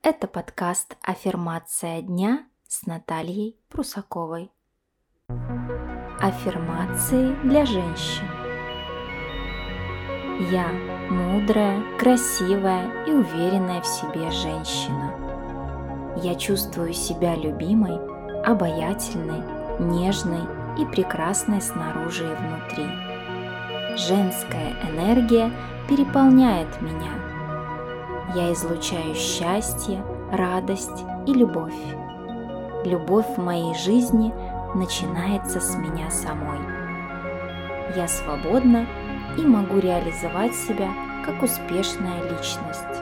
Это подкаст «Аффирмация дня» с Натальей Прусаковой. Аффирмации для женщин. Я мудрая, красивая и уверенная в себе женщина. Я чувствую себя любимой, обаятельной, нежной и прекрасной снаружи и внутри. Женская энергия переполняет меня. Я излучаю счастье, радость и любовь. Любовь в моей жизни начинается с меня самой. Я свободна и могу реализовать себя как успешная личность.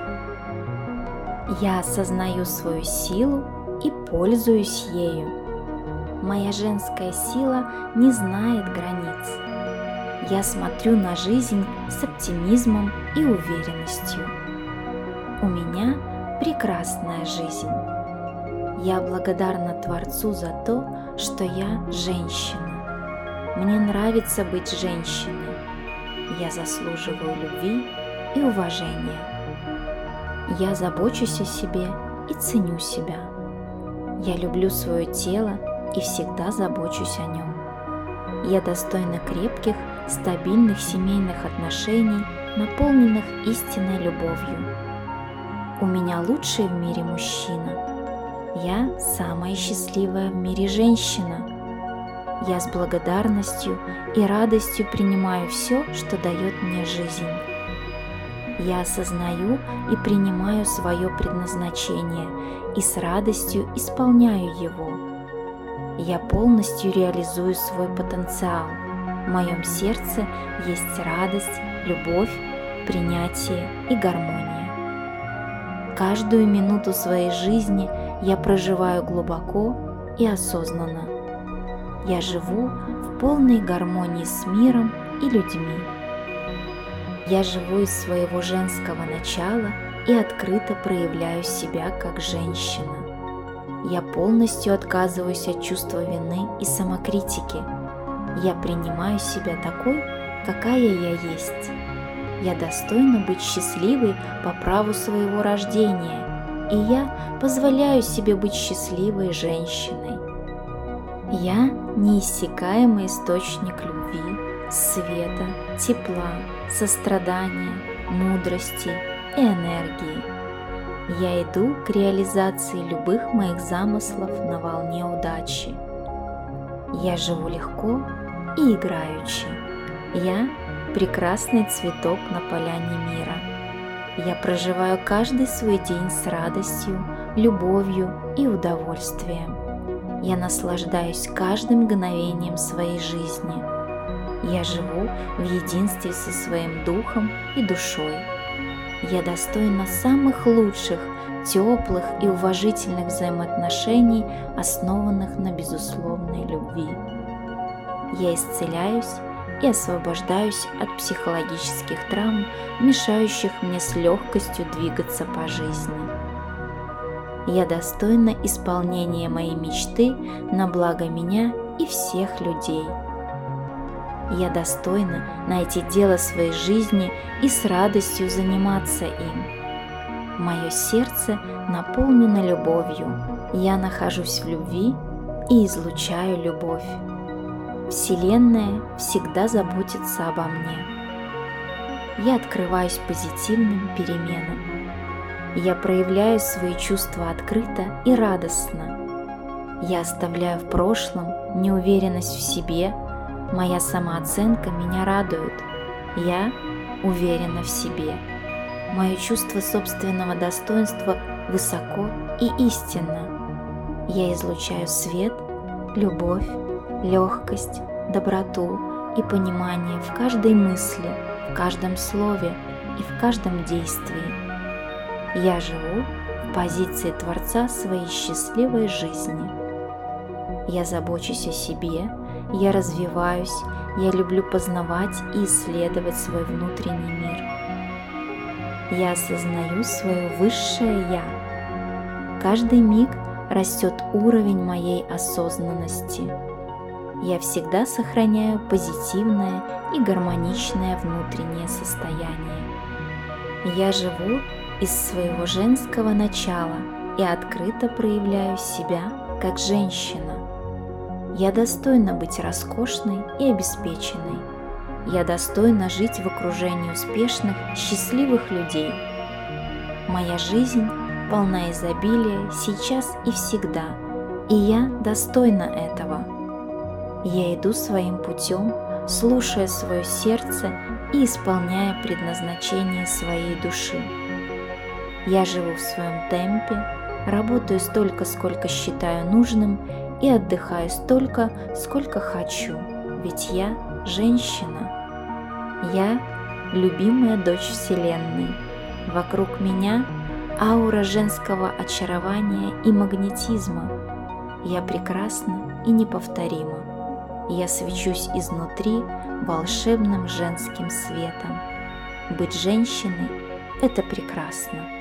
Я осознаю свою силу и пользуюсь ею. Моя женская сила не знает границ. Я смотрю на жизнь с оптимизмом и уверенностью. У меня прекрасная жизнь. Я благодарна Творцу за то, что я женщина. Мне нравится быть женщиной. Я заслуживаю любви и уважения. Я забочусь о себе и ценю себя. Я люблю свое тело и всегда забочусь о нем. Я достойна крепких, стабильных семейных отношений, наполненных истинной любовью. У меня лучший в мире мужчина. Я самая счастливая в мире женщина. Я с благодарностью и радостью принимаю все, что дает мне жизнь. Я осознаю и принимаю свое предназначение и с радостью исполняю его. Я полностью реализую свой потенциал. В моем сердце есть радость, любовь, принятие и гармония. Каждую минуту своей жизни я проживаю глубоко и осознанно. Я живу в полной гармонии с миром и людьми. Я живу из своего женского начала и открыто проявляю себя как женщина. Я полностью отказываюсь от чувства вины и самокритики. Я принимаю себя такой, какая я есть. Я достойна быть счастливой по праву своего рождения, и я позволяю себе быть счастливой женщиной. Я неиссякаемый источник любви, света, тепла, сострадания, мудрости и энергии. Я иду к реализации любых моих замыслов на волне удачи. Я живу легко и играючи. Я прекрасный цветок на поляне мира. Я проживаю каждый свой день с радостью, любовью и удовольствием. Я наслаждаюсь каждым мгновением своей жизни. Я живу в единстве со своим духом и душой. Я достойна самых лучших, теплых и уважительных взаимоотношений, основанных на безусловной любви. Я исцеляюсь и освобождаюсь от психологических травм, мешающих мне с легкостью двигаться по жизни. Я достойна исполнения моей мечты на благо меня и всех людей. Я достойна найти дело своей жизни и с радостью заниматься им. Мое сердце наполнено любовью. Я нахожусь в любви и излучаю любовь. Вселенная всегда заботится обо мне. Я открываюсь позитивным переменам. Я проявляю свои чувства открыто и радостно. Я оставляю в прошлом неуверенность в себе. Моя самооценка меня радует. Я уверена в себе. Мое чувство собственного достоинства высоко и истинно. Я излучаю свет, любовь, легкость, доброту и понимание в каждой мысли, в каждом слове и в каждом действии. Я живу в позиции Творца своей счастливой жизни. Я забочусь о себе, я развиваюсь, я люблю познавать и исследовать свой внутренний мир. Я осознаю свое высшее «Я». Каждый миг растет уровень моей осознанности. Я всегда сохраняю позитивное и гармоничное внутреннее состояние. Я живу из своего женского начала и открыто проявляю себя как женщина. Я достойна быть роскошной и обеспеченной. Я достойна жить в окружении успешных, счастливых людей. Моя жизнь полна изобилия сейчас и всегда, и я достойна этого. Я иду своим путем, слушая свое сердце и исполняя предназначение своей души. Я живу в своем темпе, работаю столько, сколько считаю нужным, и отдыхаю столько, сколько хочу, ведь я женщина. Я любимая дочь Вселенной. Вокруг меня аура женского очарования и магнетизма. Я прекрасна и неповторима. Я свечусь изнутри волшебным женским светом. Быть женщиной – это прекрасно.